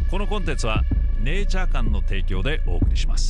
このコンテンツはネイチャー館の提供でお送りします。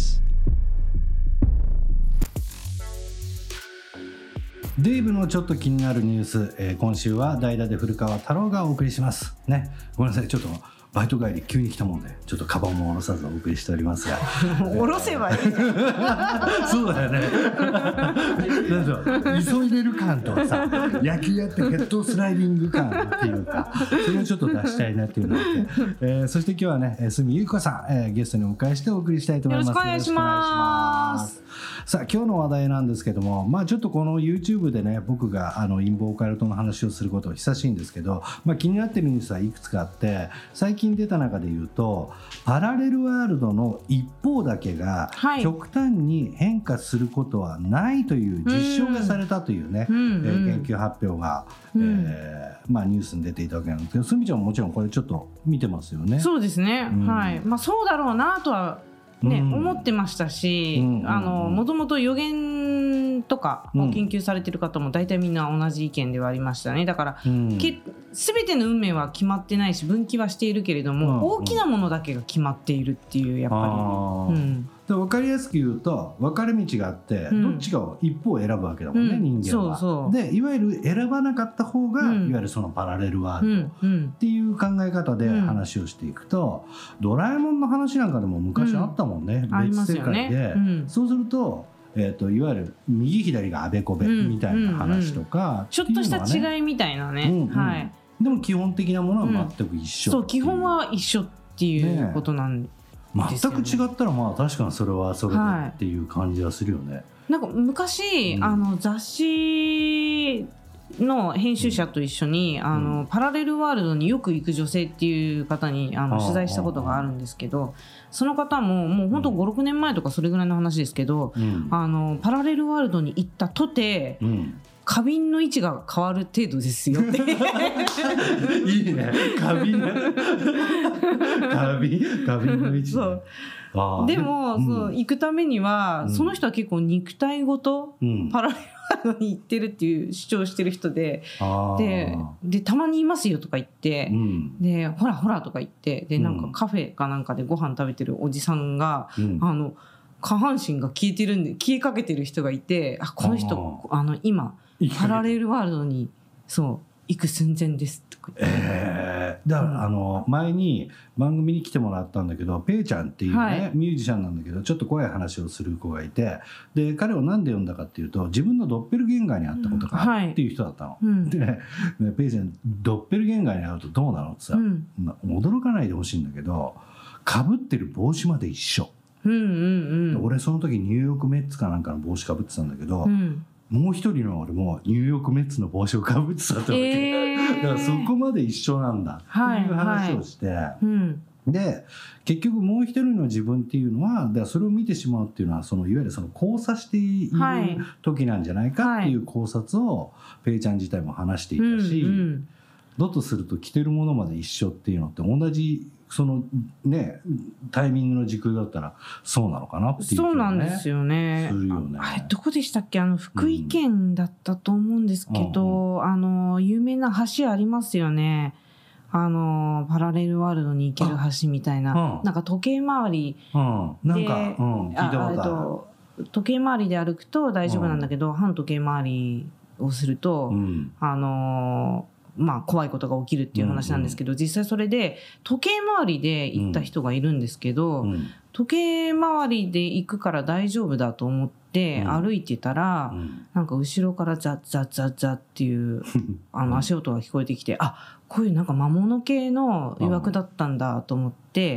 デイブのちょっと気になるニュース、今週は代打で古川太郎がお送りしますね。ごめんなさい、ちょっとバイト帰り急に来たもんでちょっとカバンも下ろさずお送りしておりますが下ろせばいいそうだよねなんか急いでる感とさ、野球やってヘッドスライディング感っていうか、それをちょっと出したいなっていうのがあって、そして今日はね角由紀子さん、ゲストにお迎えしてお送りしたいと思います。 よろしくお願いします。 さあ今日の話題なんですけども、ちょっとこの YouTube でね僕が陰謀オカルトの話をすること久しいんですけど、気になってるニュースはいくつかあって、最近出た中で言うとパラレルワールドの一方だけが極端に変化することはないという実証がされたというね、研究発表が、ニュースに出ていたわけなんですけど、すみちゃんももちろんこれちょっと見てますよね。 そうですね、はい。そうだろうなとはね、思ってましたし、もともと予言とかを研究されている方も大体みんな同じ意見ではありましたね。だから、全ての運命は決まってないし分岐はしているけれども、大きなものだけが決まっているっていう、やっぱり、 で分かりやすく言うと分かれ道があって、どっちかを一方を選ぶわけだもんね、人間は。そうでいわゆる選ばなかった方が、いわゆるそのパラレルワールドっていう考え方で話をしていくと、ドラえもんの話なんかでも昔あったもんね、別世界で、そうするといわゆる右左があべこべみたいな話とか、 ちょっとした違いみたいなね、 でも基本的なものは全く一緒、 そう基本は一緒っていうことなんですよね。 全く違ったら確かにそれはそれでっていう感じはするよね。 なんか昔、雑誌の編集者と一緒にパラレルワールドによく行く女性っていう方に取材したことがあるんですけど、その方ももう本当 5,6 年前とかそれぐらいの話ですけど、パラレルワールドに行ったとて、花瓶の位置が変わる程度ですよっていいね、花瓶の位置、 そうでも、行くためには、その人は結構肉体ごとパラレルワールドに行ってるっていう主張してる人で、でたまにいますよとか言って、でほらほらとか言って、でなんかカフェかなんかでご飯食べてるおじさんが、下半身が消えかけてる人がいて、この人今パラレルワールドに行く寸前ですとか言って、 だから前に番組に来てもらったんだけど、ペイちゃんっていうね、ミュージシャンなんだけどちょっと怖い話をする子がいて、で彼を何で呼んだかっていうと、自分のドッペルゲンガーに会ったことがあるっていう人だったの、でペイちゃんドッペルゲンガーに会うとどうなのってさ、驚かないでほしいんだけど、被ってる帽子まで一緒。俺その時ニューヨークメッツかなんかの帽子かぶってたんだけど、もう一人の俺もニューヨークメッツの帽子をかぶってたってわけ、だからそこまで一緒なんだっていう話をして、で結局もう一人の自分っていうのは、だからそれを見てしまうっていうのは、いわゆる交差している時なんじゃないかっていう考察をペイちゃん自体も話していたし、だとすると着てるものまで一緒っていうのって同じタイミングの時空だったらそうなのかなっていう、 そうなんですよね。 するよね。 どこでしたっけ、福井県だったと思うんですけど、有名な橋ありますよね。パラレルワールドに行ける橋みたいな、なんか時計回りで、時計回りで歩くと大丈夫なんだけど、反時計回りをすると、怖いことが起きるっていう話なんですけど、実際それで時計回りで行った人がいるんですけど、時計回りで行くから大丈夫だと思って歩いてたら、なんか後ろからザッザッザッザッっていう足音が聞こえてきて、こういうなんか魔物系の曰くだったんだと思って、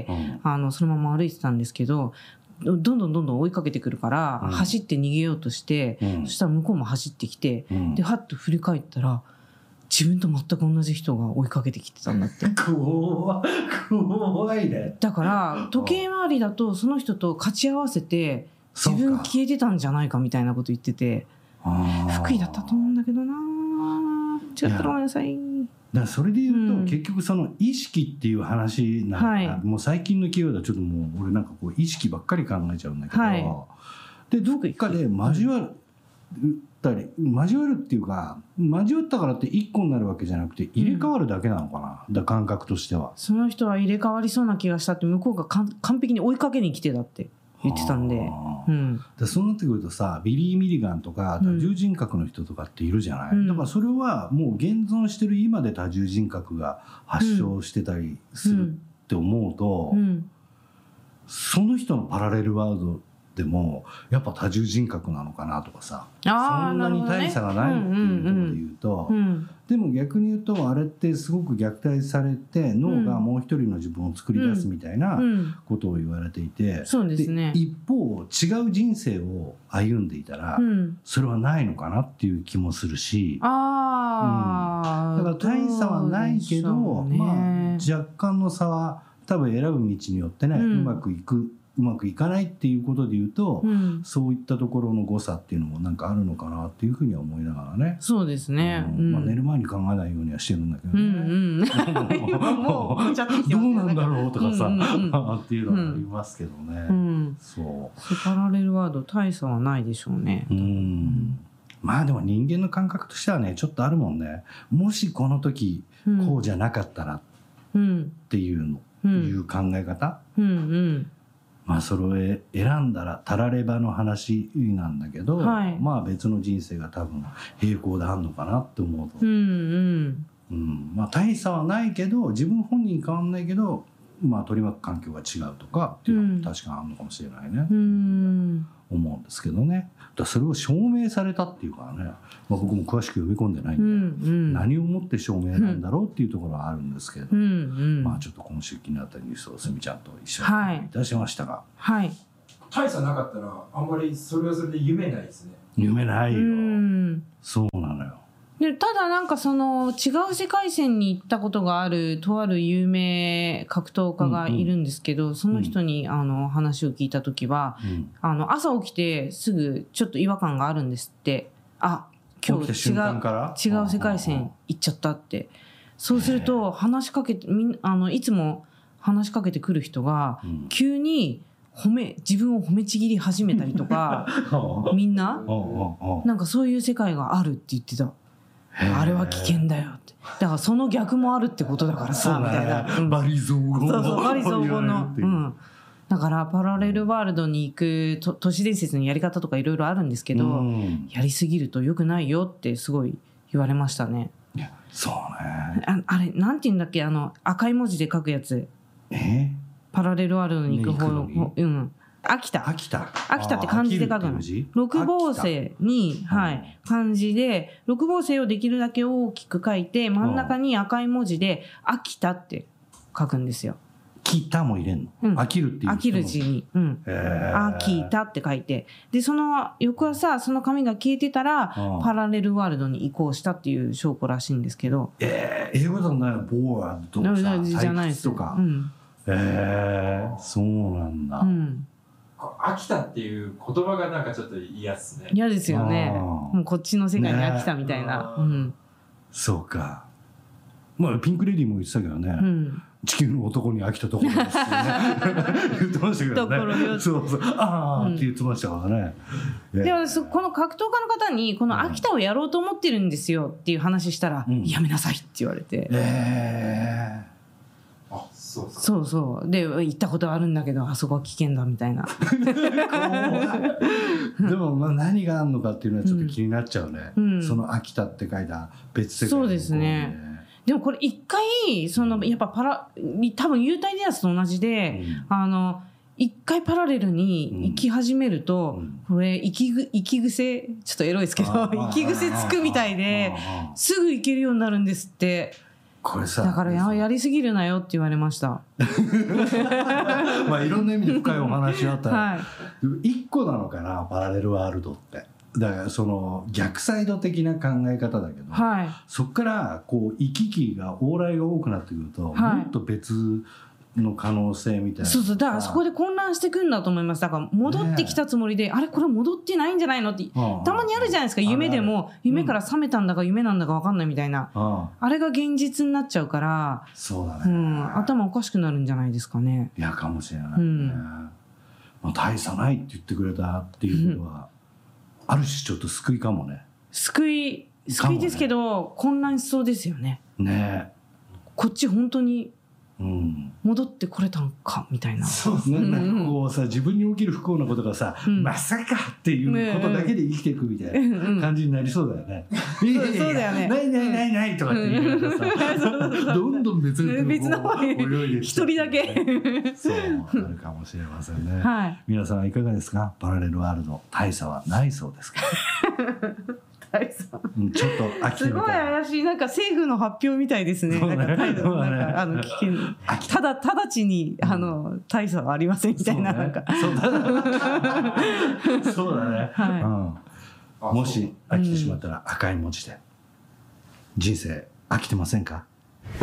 そのまま歩いてたんですけど、どんどん追いかけてくるから、走って逃げようとして、そしたら向こうも走ってきて、ではっと振り返ったら自分と全く同じ人が追いかけてきてたんだって。 怖いね。 だから時計回りだとその人と勝ち合わせて自分消えてたんじゃないかみたいなこと言ってて、福井だったと思うんだけどな、違ったらごめんなさい。 だからそれで言うと、結局その意識っていう話なんか、もう最近のキーワードはちょっともう俺なんか意識ばっかり考えちゃうんだけど、でどっかで交わるたり交わるっていうか、交わったからって一個になるわけじゃなくて入れ替わるだけなのかな、だ感覚としては。 その人は入れ替わりそうな気がしたって向こうが完璧に追いかけに来てだって言ってたんで、 でそうなってくるとさ、ビリー・ミリガンとか多重人格の人とかっているじゃない、だからそれはもう現存してる今で多重人格が発症してたりするって思うと、その人のパラレルワールドでもやっぱ多重人格なのかなとかさ、そんなに大差がないっていうところで言うと、でも逆に言うとあれってすごく虐待されて脳がもう一人の自分を作り出すみたいなことを言われていて、 そうですね、 一方違う人生を歩んでいたらそれはないのかなっていう気もするし、だから大差はないけど、まあ若干の差は多分選ぶ道によってね、うまくいかないっていうことで言うと、そういったところの誤差っていうのもなんかあるのかなっていうふうには思いながらね。 そうですね、 まあ、寝る前に考えないようにはしてるんだけどね、どうなんだろうとかさ、っていうのがありますけどね、そうパラレルワールド大差はないでしょうね。 まあでも人間の感覚としてはねちょっとあるもんね。もしこの時こうじゃなかったらっていういう考え方、まあそれを選んだらたらればの話なんだけど、まあ別の人生が多分平行であんのかなって思うと、まあ大差はないけど自分本人変わんないけど、まあ取り巻く環境が違うとかっていうのも確かにあるのかもしれないね、思うんですけどね。だそれを証明されたっていうからね、まあ、僕も詳しく読み込んでないんで、何をもって証明なんだろうっていうところはあるんですけど、まあちょっと今週気になったニュースをすみちゃんと一緒にいたしましたが、 大差なかったらあんまりそれはそれで夢ないですね。 夢ないよ、そうなのよ。 でただなんかその違う世界線に行ったことがあるとある有名格闘家がいるんですけど、その人に話を聞いた時は、朝起きてすぐちょっと違和感があるんですって。あ、今日違う世界線行っちゃったって。そうすると話しかけていつも話しかけてくる人が急に自分を褒めちぎり始めたりとかみんななんかそういう世界があるって言ってた。あれは危険だよって。だからその逆もあるってことだからさ、みたいな。 バリ雑言。 バリ雑言の。だからパラレルワールドに行く都市伝説のやり方とかいろいろあるんですけど、やりすぎると良くないよってすごい言われましたね。 そうね。 あれなんて言うんだっけ、赤い文字で書くやつ。パラレルワールドに行く方の。秋田って漢字で書くの。六芒星に、漢字で六芒星をできるだけ大きく書いて真ん中に赤い文字で秋田って書くんですよ。 北も入れんの？飽きるっていう。 飽きる字に、秋田って書いて、でその翌朝その紙が消えてたらパラレルワールドに移行したっていう証拠らしいんですけど。 英語だとないの？ボーアとかさ、退屈とか。そうなんだ。 秋田っていう言葉がなんかちょっと嫌っすね。 嫌ですよね。もうこっちの世界に飽きたみたいな。 そうか。まあピンクレディーも言ってたけどね。地球の男に飽きたところですってね言ってましたけどね。そうああって言ってましたからね。 でもこの格闘家の方にこの秋田をやろうと思ってるんですよっていう話したら、やめなさいって言われて。そうで行ったことあるんだけどあそこは危険だみたいなでもまあ何があるのかっていうのはちょっと気になっちゃうね、その秋田って書いた別世界の。 そうですね。でもこれ一回やっぱ多分幽体離脱と同じで、一回パラレルに行き始めると、これ息癖ちょっとエロいですけど息癖つくみたいですぐ行けるようになるんですって。 これさだからやりすぎるなよって言われました。 まあいろんな意味で深いお話あったら、一個なのかなパラレルワールドって。だからその逆サイド的な考え方だけど、そこからこう行き来が往来が多くなってくると、もっと別の可能性みたいな。 そうだからそこで混乱してくんだと思います。だから戻ってきたつもりで、あれこれ戻ってないんじゃないのってたまにあるじゃないですか。夢でも夢から覚めたんだか夢なんだか分かんないみたいな、あれが現実になっちゃうから、 そうだね、 頭おかしくなるんじゃないですかね。 いやかもしれないね、大差ないって言ってくれたっていうことは、ある種ちょっと救いかもね。 救いですけど、混乱しそうですよね。 ね。 こっち本当にうん戻ってこれたんかみたいな。 なんかこうさ、自分に起きる不幸なことがさ、まさかっていうことだけで生きていくみたいな感じになりそうだよね。 そうだよね。 ないとかって言いながらさ、どんどん別の方に泳いで一人だけそうなるかもしれませんね。 はい。 皆さんいかがですか？パラレルワールド、大差はないそうですか？ちょっと飽きてみたい。 すごい怪しい、なんか政府の発表みたいですね。なんか危険。直ちに大差はありませんみたいな、なんか。 そうだね。もし飽きてしまったら赤い文字で。人生飽きてませんか？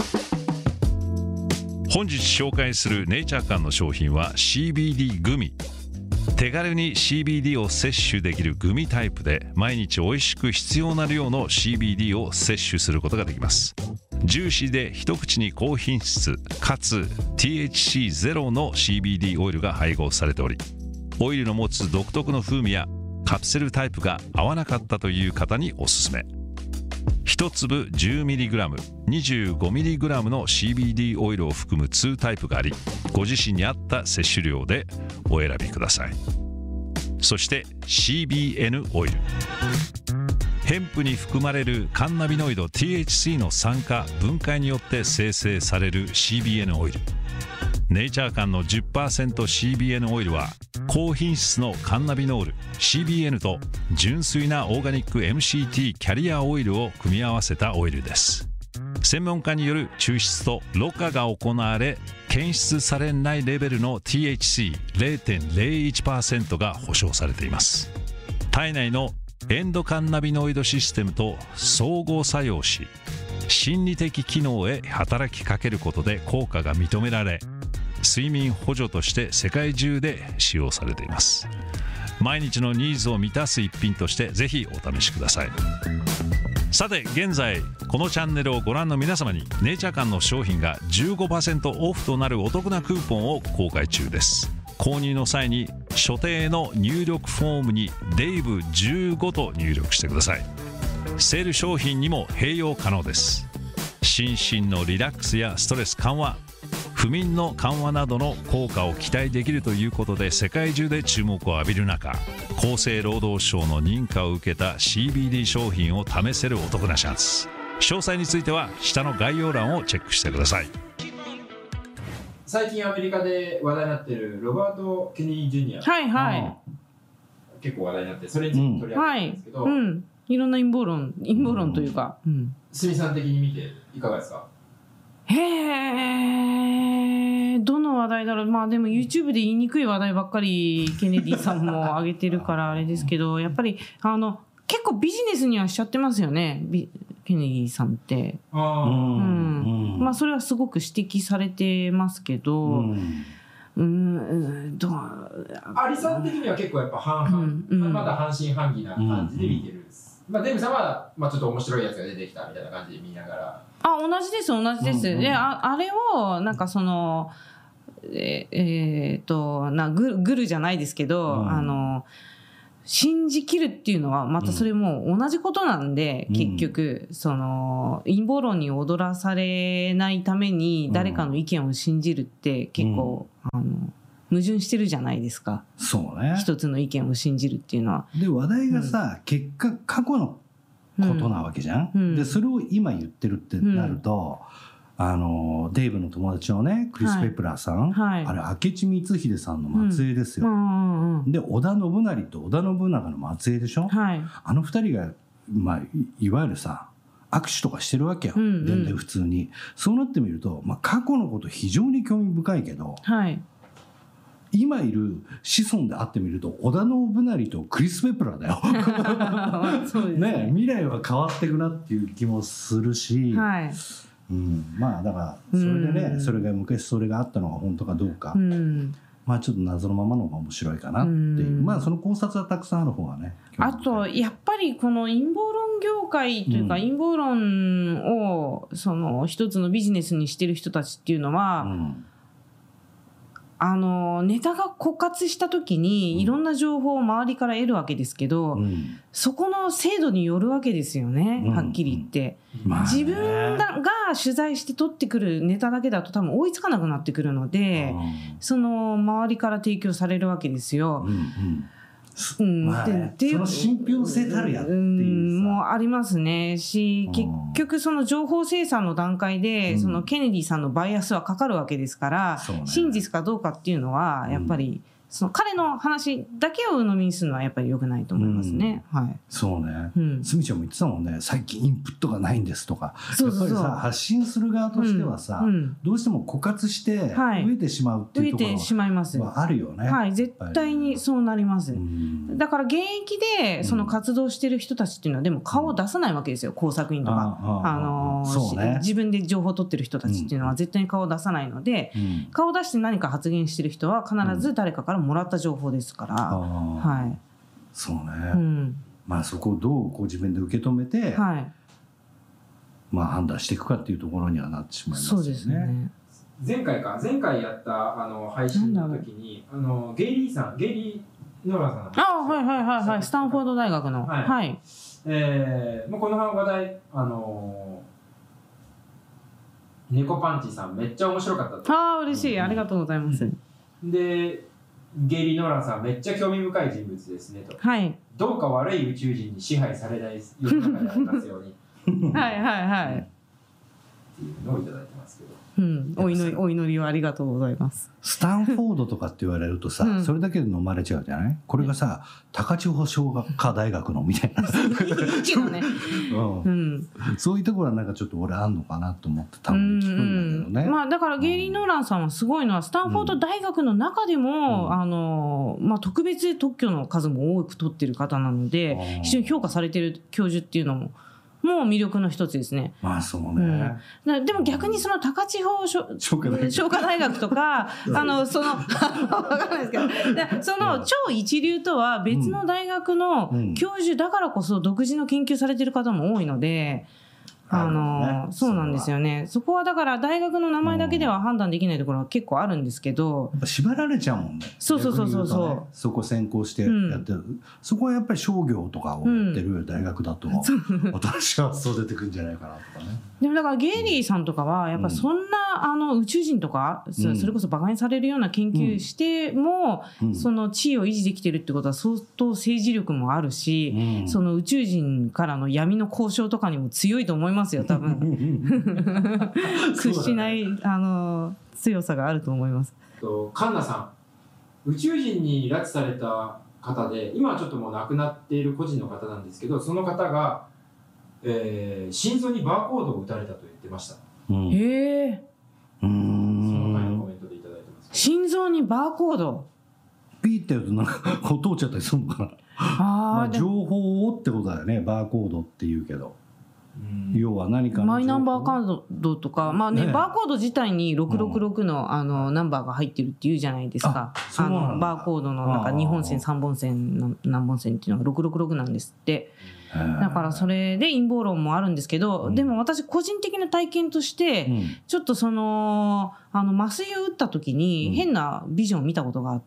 本日紹介するネイチャー館の商品は CBD グミ。手軽に CBD を摂取できるグミタイプで、毎日美味しく必要な量の CBD を摂取することができます。ジューシーで一口に高品質かつ THC ゼロの CBD オイルが配合されており、オイルの持つ独特の風味やカプセルタイプが合わなかったという方におすすめ。1粒 10mg、25mg の CBD オイルを含む2タイプがあり、ご自身に合った摂取量でお選びください。そして CBN オイル、ヘンプに含まれるカンナビノイド THC の酸化分解によって生成される CBN オイル。ネイチャー館の 10%CBN オイルは高品質のカンナビノール CBN と純粋なオーガニック MCT キャリアオイルを組み合わせたオイルです。専門家による抽出とろ過が行われ、検出されないレベルの THC0.01% が保証されています。体内のエンドカンナビノイドシステムと相互作用し、心理的機能へ働きかけることで効果が認められ、睡眠補助として世界中で使用されています。毎日のニーズを満たす一品としてぜひお試しください。さて現在このチャンネルをご覧の皆様にネイチャー館の商品が 15% オフとなるお得なクーポンを公開中です。購入の際に所定の入力フォームにデイブ15と入力してください。セール商品にも併用可能です。心身のリラックスやストレス緩和、不眠の緩和などの効果を期待できるということで世界中で注目を浴びる中、厚生労働省の認可を受けた CBD 商品を試せるお得なチャンス。詳細については下の概要欄をチェックしてください。 最近アメリカで話題になっているロバート・ケネディ・ジュニア、 はいはい、 結構話題になって、それについて取り上げたんですけど、 いろんな陰謀論というか、 鷲見さん的に見ていかがですか？ どの話題だろう。まあでも YouTube で言いにくい話題ばっかりケネディさんも上げてるからあれですけど、やっぱり結構ビジネスにはしちゃってますよね、ケネディさんって。まあそれはすごく指摘されてますけど、 アリさん的には結構やっぱ半々、まだ半信半疑な感じで見てるんです。まあデブさんはちょっと面白いやつが出てきたみたいな感じで見ながら。 同じです。で、あれをなんかそのグルじゃないですけど、信じきるっていうのはまたそれも同じことなんで、結局その陰謀論に踊らされないために誰かの意見を信じるって結構、矛盾してるじゃないですか。 そうね。 一つの意見を信じるっていうのは。 で話題がさ、結果過去のことなわけじゃん。でそれを今言ってるってなると、デイブの友達のねクリス・ペプラーさん、あれ明智光秀さんの末裔ですよ。で織田信成と織田信長の末裔でしょ。あの二人が、いわゆるさ握手とかしてるわけよ、全然普通に。そうなってみると、過去のこと非常に興味深いけど、今いる子孫であってみると織田信成とクリス・ペプラーだよ。そうですね。未来は変わっていくなっていう気もするし、まあだからそれでね、それが昔それがあったのが本当かどうか、ちょっと謎のままの方が面白いかなっていう、その考察はたくさんある方がね。 あとやっぱりこの陰謀論業界というか、陰謀論をその一つのビジネスにしてる人たちっていうのは、 ネタが枯渇した時にいろんな情報を周りから得るわけですけど、そこの精度によるわけですよね、はっきり言って。自分が取材して取ってくるネタだけだと多分追いつかなくなってくるので、その周りから提供されるわけですよ。 その信憑性たるやっていうもうありますねし、結局その情報生産の段階でそのケネディさんのバイアスはかかるわけですから、真実かどうかっていうのはやっぱりその彼の話だけを鵜呑みにするのはやっぱり良くないと思いますね。 そうね。すみちゃんも言ってたもんね。最近インプットがないんですとか。やっぱりさ、発信する側としてはさ、どうしても枯渇して増えてしまうっていうところはあるよね。 絶対にそうなります。だから現役でその活動してる人たちっていうのはでも顔を出さないわけですよ。工作員とか自分で情報を取ってる人たちっていうのは絶対に顔を出さないので、顔を出して何か発言してる人は必ず誰かからもらった情報ですから。 そうね。まあそこをどう自分で受け止めて、まあ判断していくかっていうところにはなってしまいますよね。そうですね。 前回やった配信の時にゲイリー・ノラさんのスタンフォード大学のもうこの話題猫パンチさんめっちゃ面白かったと。 嬉しい、ありがとうございます。 でゲイリー・ノランさんめっちゃ興味深い人物ですねと、どうか悪い宇宙人に支配されない世の中でありますようにっていうのをいただいてますけど、 お祈りをありがとうございます。 スタンフォードとかって言われるとさ、それだけで飲まれちゃうじゃない。これがさ、高千穂商科大学のみたいなそういうところはなんかちょっと俺あんのかなと思ってたまに聞くんだけどね。 まあだからゲイリー・ノーランさんはすごいのはスタンフォード大学の中でも、特別特許の数も多く取ってる方なので、非常に評価されてる教授っていうのも魅力の一つですね。 まあそうね。 でも逆にその高千穂商科大学とか分かんないですけど、その超一流とは別の大学の教授だからこそ独自の研究されてる方も多いので。そうなんですよね。そこはだから大学の名前だけでは判断できないところは結構あるんですけど、 やっぱ縛られちゃうもんね。 そう、 そこ専攻してやってる、そこはやっぱり商業とかをやってる大学だと新しい発想出てくるんじゃないかなとかね。 でもだからゲイリーさんとかはやっぱそんな宇宙人とかそれこそバカにされるような研究してもその地位を維持できてるってことは相当政治力もあるし、その宇宙人からの闇の交渉とかにも強いと思いますよ多分。屈しない強さがあると思います。 カンナさん、宇宙人に拉致された方で今はちょっともう亡くなっている個人の方なんですけど、その方が心臓にバーコードを打たれたと言ってました。 へえ。 その回のコメントでいただいてます。 心臓にバーコード。 ピーってやるとなんかこう通っちゃったりするのかな。情報をってことだよね。バーコードって言うけど。要は何かのマイナンバーカードとか、バーコード自体に666のナンバーが入ってるっていうじゃないですか。バーコードのなんか2本線3本線何本線っていうのが666なんですって。だからそれで陰謀論もあるんですけど、でも私個人的な体験としてちょっとその麻酔を打った時に変なビジョンを見たことがあって、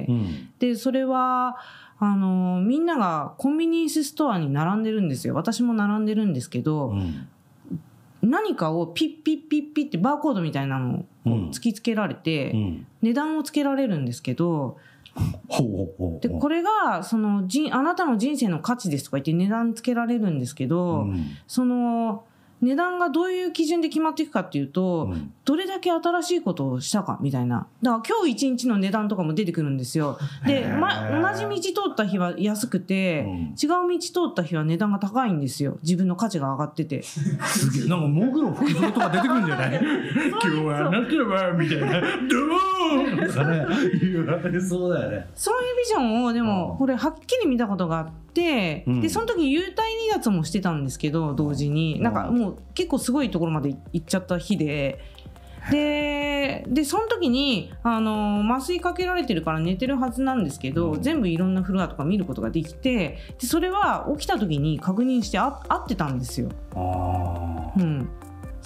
でそれはみんながコンビニエンスストアに並んでるんですよ。私も並んでるんですけど、何かをピッピッピッピッってバーコードみたいなのを突きつけられて、値段をつけられるんですけど、でこれがあなたの人生の価値ですとか言って値段つけられるんですけど、その値段がどういう基準で決まっていくかっていうと、どれだけ新しいことをしたかみたいな。だから今日一日の値段とかも出てくるんですよ。で、同じ道通った日は安くて、違う道通った日は値段が高いんですよ。自分の価値が上がってて。 すげえ、なんかモグの服装とか出てくるんじゃない今日はなければみたいな。どうとかね。言われそうだよね。 そういうビジョンをでも、これはっきり見たことがあって、で、その時幽体離脱もしてたんですけど、同時に。なんかもう結構すごいところまで行っちゃった日で、その時に麻酔かけられてるから寝てるはずなんですけど、全部いろんなフロアとか見ることができて、でそれは起きた時に確認して合ってたんですよ。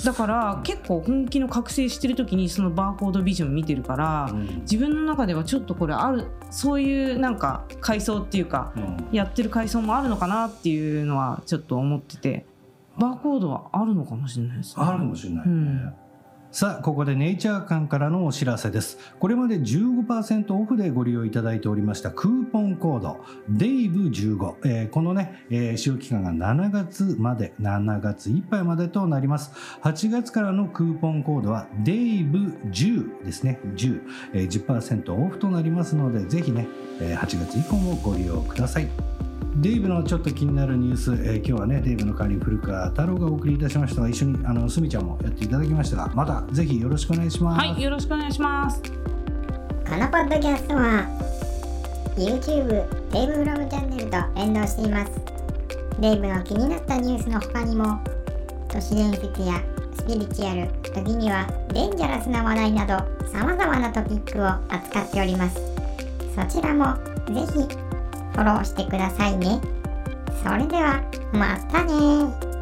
だから結構本気の覚醒してる時にそのバーコードビジョン見てるから、自分の中ではちょっとこれある、そういうなんか階層っていうか、やってる階層もあるのかなっていうのはちょっと思ってて、バーコードはあるのかもしれないですね。 あるかもしれないね。さあここでネイチャー館からのお知らせです。これまで 15% オフでご利用いただいておりましたクーポンコード DAVE15、このね、使用期間が7月いっぱいまでとなります。8月からのクーポンコードは DAVE10 ですね。 10% オフとなりますので、ぜひね8月以降もご利用ください。デイブのちょっと気になるニュース、今日はねデイブの代わりに古川太郎がお送りいたしましたが、一緒にすみちゃんもやっていただきましたが、またぜひよろしくお願いします。 はい、よろしくお願いします。 このポッドキャストは YouTube デイブフロムチャンネルと連動しています。デイブの気になったニュースの他にも、都市伝説やスピリチュアル、時にはデンジャラスな話題など様々なトピックを扱っております。そちらもぜひフォローしてくださいね。それではまたね。